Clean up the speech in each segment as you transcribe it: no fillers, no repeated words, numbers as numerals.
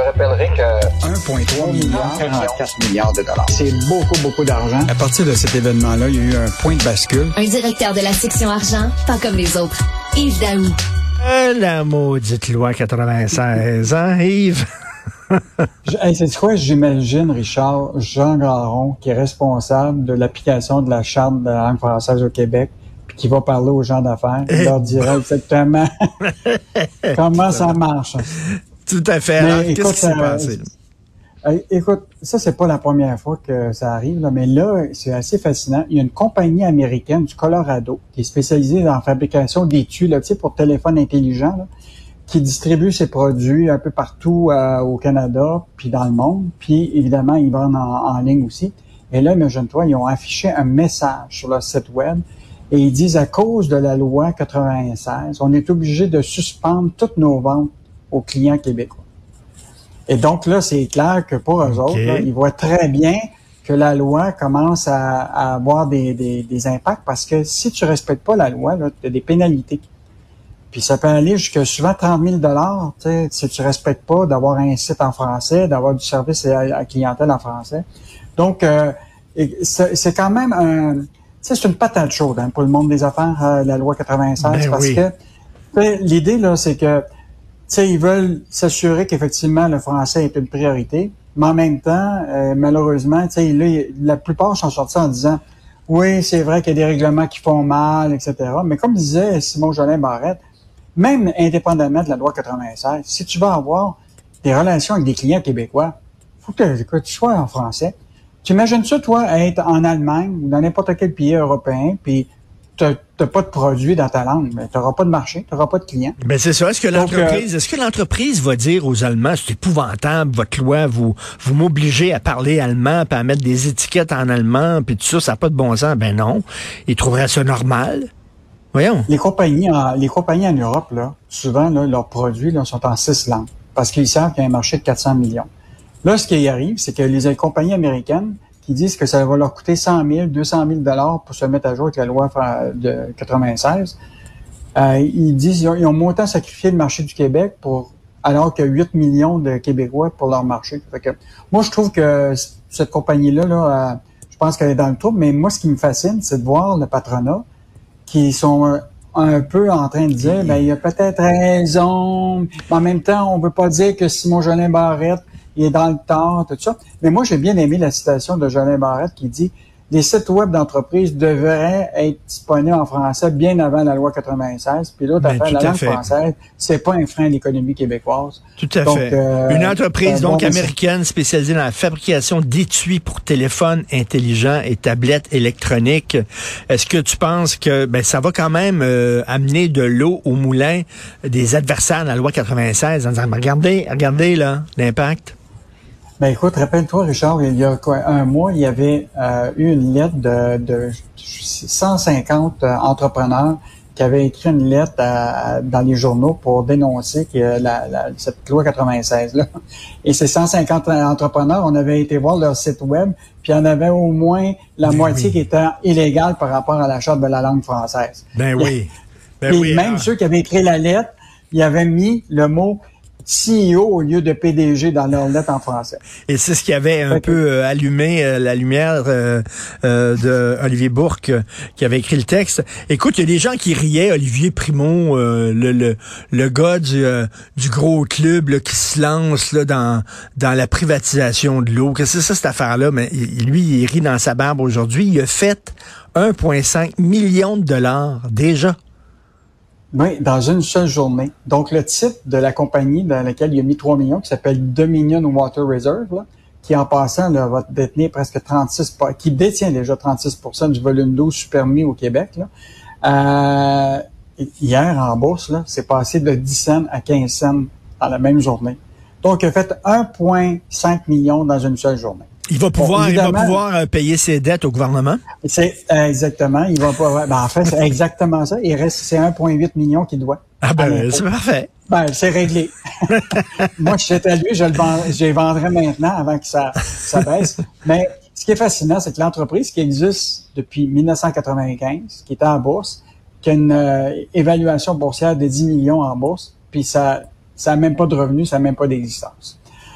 rappellerai que 1,3 milliard, 44 milliards de dollars. C'est beaucoup, beaucoup d'argent. À partir de cet événement-là, il y a eu un point de bascule. Un directeur de la section argent, pas comme les autres. Yves Daou. La maudite loi 96, hein, Yves? C'est quoi, j'imagine, Richard, Jean Garon, qui est responsable de l'application de la Charte de la langue française au Québec, puis qui va parler aux gens d'affaires. Il leur dira exactement comment ça marche. Tout à fait. Alors, qu'est-ce qui s'est passé? Écoute, ça, c'est pas la première fois que ça arrive, là, mais là, c'est assez fascinant. Il y a une compagnie américaine du Colorado qui est spécialisée dans la fabrication d'étuis, là, tu sais, pour téléphones intelligents, là, qui distribue ses produits un peu partout au Canada, puis dans le monde. Puis, évidemment, ils vendent en ligne aussi. Et là, imagine-toi, ils ont affiché un message sur leur site web et ils disent, à cause de la loi 96, on est obligé de suspendre toutes nos ventes aux clients québécois. Et donc là, c'est clair que pour eux autres, là, ils voient très bien que la loi commence à avoir des impacts parce que si tu respectes pas la loi, tu as des pénalités. Puis ça peut aller jusqu'à souvent 30 000 $, si tu respectes pas d'avoir un site en français, d'avoir du service à clientèle en français. Donc, c'est quand même c'est une patate chaude hein, pour le monde des affaires, la loi 96, parce que l'idée, là, c'est que ils veulent s'assurer qu'effectivement le français est une priorité, mais en même temps, malheureusement, là, la plupart sont sortis en disant oui, c'est vrai qu'il y a des règlements qui font mal, etc. Mais comme disait Simon Jolin Barrette, même indépendamment de la loi 96, si tu veux avoir des relations avec des clients québécois, faut que tu sois en français. Tu imagines ça, toi, être en Allemagne ou dans n'importe quel pays européen, puis t'as pas de produit dans ta langue, mais t'auras pas de marché, t'auras pas de clients. Ben c'est ça. Est-ce que l'entreprise va dire aux Allemands, c'est épouvantable, votre loi, vous m'obligez à parler allemand, puis à mettre des étiquettes en allemand, puis tout ça, ça n'a pas de bon sens. Ben non. Ils trouveraient ça normal. Voyons. Les compagnies en Europe, là, souvent, là, leurs produits, là, sont en 6 langues. Parce qu'ils savent qu'il y a un marché de 400 millions. Là, ce qui arrive, c'est que les compagnies américaines qui disent que ça va leur coûter 100 000, 200 000 $ pour se mettre à jour avec la loi de 96, ils disent, ils ont monté à sacrifier le marché du Québec alors qu'il y a 8 millions de Québécois pour leur marché. Fait que, moi, je trouve que cette compagnie-là, là, je pense qu'elle est dans le trou, mais moi, ce qui me fascine, c'est de voir le patronat qui sont un peu en train de dire, ben, il y a peut-être raison, mais en même temps, on veut pas dire que Simon Jolin Barrette, il est dans le tort, tout ça. Mais moi, j'ai bien aimé la citation de Jolin Barrette qui dit « Les sites web d'entreprise devraient être disponibles en français bien avant la loi 96. » Puis l'autre affaire, la langue française, c'est pas un frein à l'économie québécoise. Tout à fait. Une entreprise américaine spécialisée dans la fabrication d'étuis pour téléphones intelligents et tablettes électroniques. Est-ce que tu penses que ça va quand même amener de l'eau au moulin des adversaires de la loi 96 en disant « Regardez là, l'impact ». Ben écoute, rappelle-toi, Richard, il y a un mois, il y avait eu une lettre de 150 entrepreneurs qui avaient écrit une lettre dans les journaux pour dénoncer que cette loi 96-là. Et ces 150 entrepreneurs, on avait été voir leur site web, puis il y en avait au moins la moitié qui était illégale par rapport à la charte de la langue française. Même ceux qui avaient écrit la lettre, ils avaient mis le mot CEO au lieu de PDG dans leur lettre en français. Et c'est ce qui avait un peu allumé la lumière de Olivier Bourque qui avait écrit le texte. Écoute, il y a des gens qui riaient, Olivier Primo, le gars du gros club là, qui se lance là, dans la privatisation de l'eau. Qu'est-ce que c'est ça, cette affaire-là? Mais lui, il rit dans sa barbe aujourd'hui. Il a fait 1,5 million de dollars déjà. Oui, dans une seule journée. Donc, le titre de la compagnie dans laquelle il a mis 3 millions, qui s'appelle Dominion Water Reserve, là, qui en passant là, va détenir presque 36%, qui détient déjà 36% du volume d'eau supermis au Québec. Là. Hier, en bourse, là, c'est passé de 10 cents à 15 cents dans la même journée. Donc, il a fait 1,5 million dans une seule journée. Il va pouvoir payer ses dettes au gouvernement? C'est exactement. Il va pouvoir. En fait, c'est exactement ça. C'est 1,8 million qu'il doit. Ah c'est parfait. C'est réglé. Moi, si j'étais à lui, je les vendrais maintenant avant que ça baisse. Mais ce qui est fascinant, c'est que l'entreprise qui existe depuis 1995, qui est en bourse, qui a une évaluation boursière de 10 millions en bourse, puis ça a même pas de revenus, ça a même pas d'existence.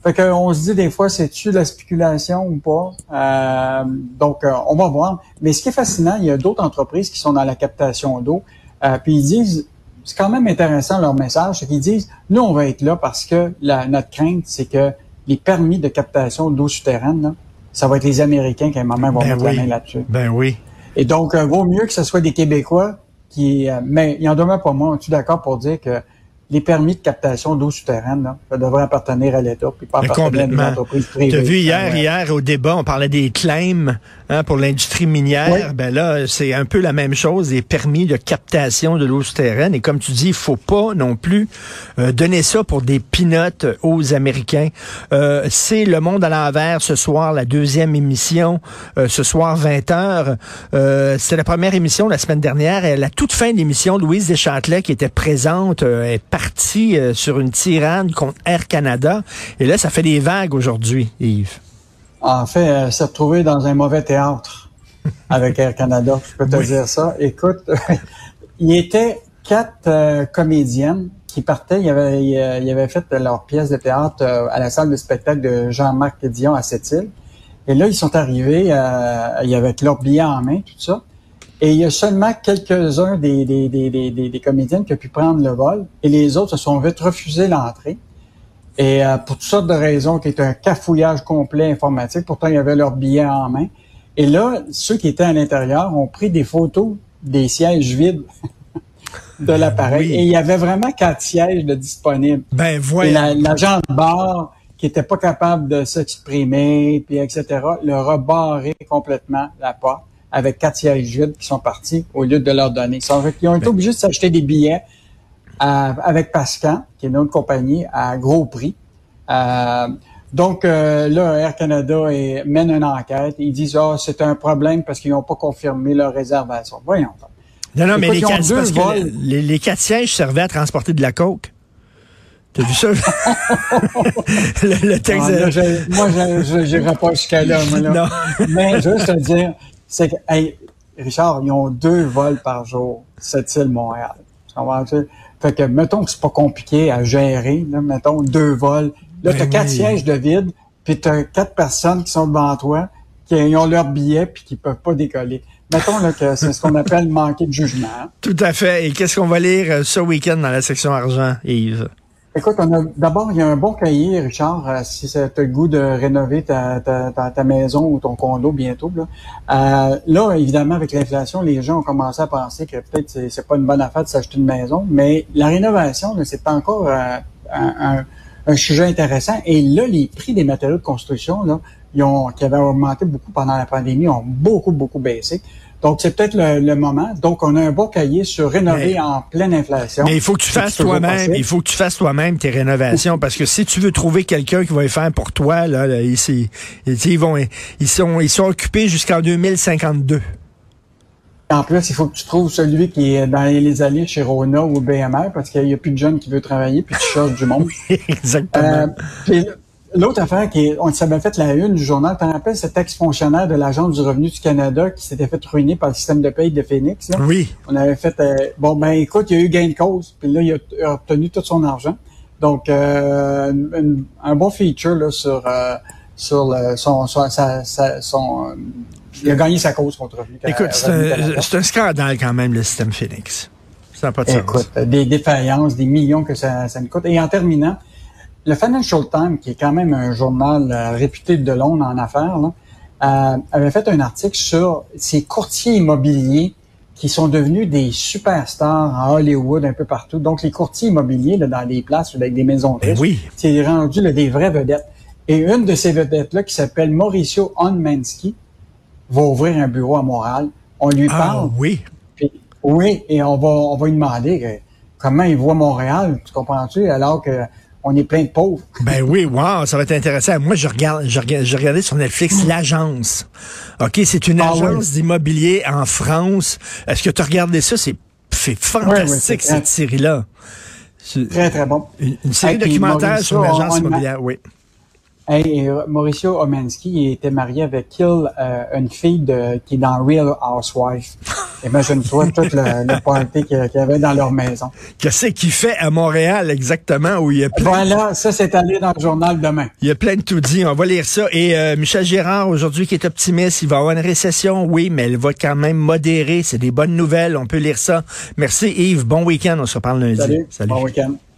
Fait qu'on se dit des fois, c'est-tu de la spéculation ou pas? Donc, on va voir. Mais ce qui est fascinant, il y a d'autres entreprises qui sont dans la captation d'eau. Puis ils disent, c'est quand même intéressant leur message, c'est qu'ils disent, nous, on va être là parce que notre crainte, c'est que les permis de captation d'eau souterraine, là, ça va être les Américains qui, à un moment, vont mettre la main là-dessus. Ben oui. Et donc, vaut mieux que ce soit des Québécois qui... mais il en demeure pas moins, es-tu d'accord pour dire que les permis de captation d'eau souterraine, là, ça devrait appartenir à l'État, puis pas appartenir à des entreprises privées. Tu as vu hier au débat, on parlait des claims pour l'industrie minière. Oui. Ben là, c'est un peu la même chose, les permis de captation de l'eau souterraine. Et comme tu dis, il faut pas non plus donner ça pour des peanuts aux Américains. C'est Le Monde à l'envers ce soir, la deuxième émission, ce soir 20h. C'était la première émission la semaine dernière. Et à la toute fin de l'émission, Louise Deschâtelet, qui était présente, est partie sur une tirade contre Air Canada. Et là, ça fait des vagues aujourd'hui, Yves. En fait, elle s'est retrouvée dans un mauvais théâtre avec Air Canada, je peux te dire ça. Écoute, il y était 4 comédiennes qui partaient, ils avaient fait leur pièce de théâtre à la salle de spectacle de Jean-Marc Dion à Sept-Îles. Et là, ils sont arrivés, il y avait leur billet en main, tout ça. Et il y a seulement quelques-uns des comédiennes qui ont pu prendre le vol. Et les autres se sont vite refusés l'entrée. Et pour toutes sortes de raisons, qui étaient un cafouillage complet informatique. Pourtant, il y avait leur billet en main. Et là, ceux qui étaient à l'intérieur ont pris des photos des sièges vides de l'appareil. Oui. Et il y avait vraiment 4 sièges de disponibles. Ben voilà. Et l'agent de bar, qui était pas capable de s'exprimer, puis etc., leur a barré complètement la porte avec 4 sièges vides qui sont partis au lieu de leur donner. Ils ont été obligés de s'acheter des billets avec Pascan, qui est notre compagnie, à gros prix. Donc là, Air Canada mène une enquête. Ils disent c'est un problème parce qu'ils n'ont pas confirmé leur réservation. Voyons. Non, mais les 4 sièges servaient à transporter de la coke. T'as vu ça? le texte. Moi, je n'irai pas jusqu'à là. Non. Mais juste te dire, c'est que, hey, Richard, ils ont 2 vols par jour, Sept-Îles-Montréal. Fait que, mettons que c'est pas compliqué à gérer, là, mettons 2 vols. Là, t'as 4 sièges de vide, puis t'as 4 personnes qui sont devant toi, qui ont leur billet, puis qui peuvent pas décoller. Mettons là, que c'est ce qu'on appelle manquer de jugement. Tout à fait. Et qu'est-ce qu'on va lire ce week-end dans la section argent, Yves? Écoute, d'abord, il y a un bon cahier, Richard, si ça te le goût de rénover ta maison ou ton condo bientôt. Là, évidemment, avec l'inflation, les gens ont commencé à penser que peut-être c'est pas une bonne affaire de s'acheter une maison, mais la rénovation, là, c'est encore un sujet intéressant. Et là, les prix des matériaux de construction, là, qui avaient augmenté beaucoup pendant la pandémie, ont beaucoup baissé. Donc, c'est peut-être le moment. Donc, on a un bon cahier sur rénover en pleine inflation. Mais il faut que tu fasses toi-même. Il faut que tu fasses toi-même tes rénovations parce que si tu veux trouver quelqu'un qui va les faire pour toi, là ils sont occupés jusqu'en 2052. En plus, il faut que tu trouves celui qui est dans les allées chez Rona ou BMR parce qu'il n'y a plus de jeunes qui veulent travailler puis tu cherches du monde. Exactement. Puis, l'autre affaire on s'avait fait la une du journal, t'en rappelles cet ex-fonctionnaire de l'Agence du revenu du Canada qui s'était fait ruiner par le système de paye de Phoenix, là? Oui. On avait fait, écoute, il y a eu gain de cause, puis là, il a obtenu tout son argent. Donc, un bon feature, là, il a gagné sa cause contre lui. Écoute, c'est un scandale quand même, le système Phoenix. Ça n'a pas de sens. Écoute, des défaillances, des millions que ça nous coûte. Et en terminant, le Financial Times, qui est quand même un journal réputé de Londres en affaires, là, avait fait un article sur ces courtiers immobiliers qui sont devenus des superstars à Hollywood, un peu partout. Donc, les courtiers immobiliers là, dans des places avec des maisons de riches, c'est rendu là, des vraies vedettes. Et une de ces vedettes-là, qui s'appelle Mauricio Onmansky, va ouvrir un bureau à Montréal. On lui parle. Oui. Puis, oui, et on va lui demander comment il voit Montréal, tu comprends-tu, alors que on est plein de pauvres. Ben oui, wow, ça va être intéressant. Moi, je regardais sur Netflix L'Agence. OK, c'est une agence d'immobilier en France. Est-ce que tu as regardé ça? C'est fantastique, cette série-là. Très, très bon. Une série documentaire sur l'agence immobilière, oui. Et Mauricio Onmansky était marié avec une fille qui est dans Real Housewives. Imagine-toi tout le party qu'il y avait dans leur maison. Qu'est-ce qu'il fait à Montréal exactement où il y a plein... Voilà, ça c'est allé dans le journal demain. Il y a plein de tout dit, on va lire ça. Et Michel Girard, aujourd'hui, qui est optimiste, il va y avoir une récession, oui, mais elle va quand même modérer. C'est des bonnes nouvelles, on peut lire ça. Merci Yves, bon week-end, on se reparle lundi. Salut. Bon week-end.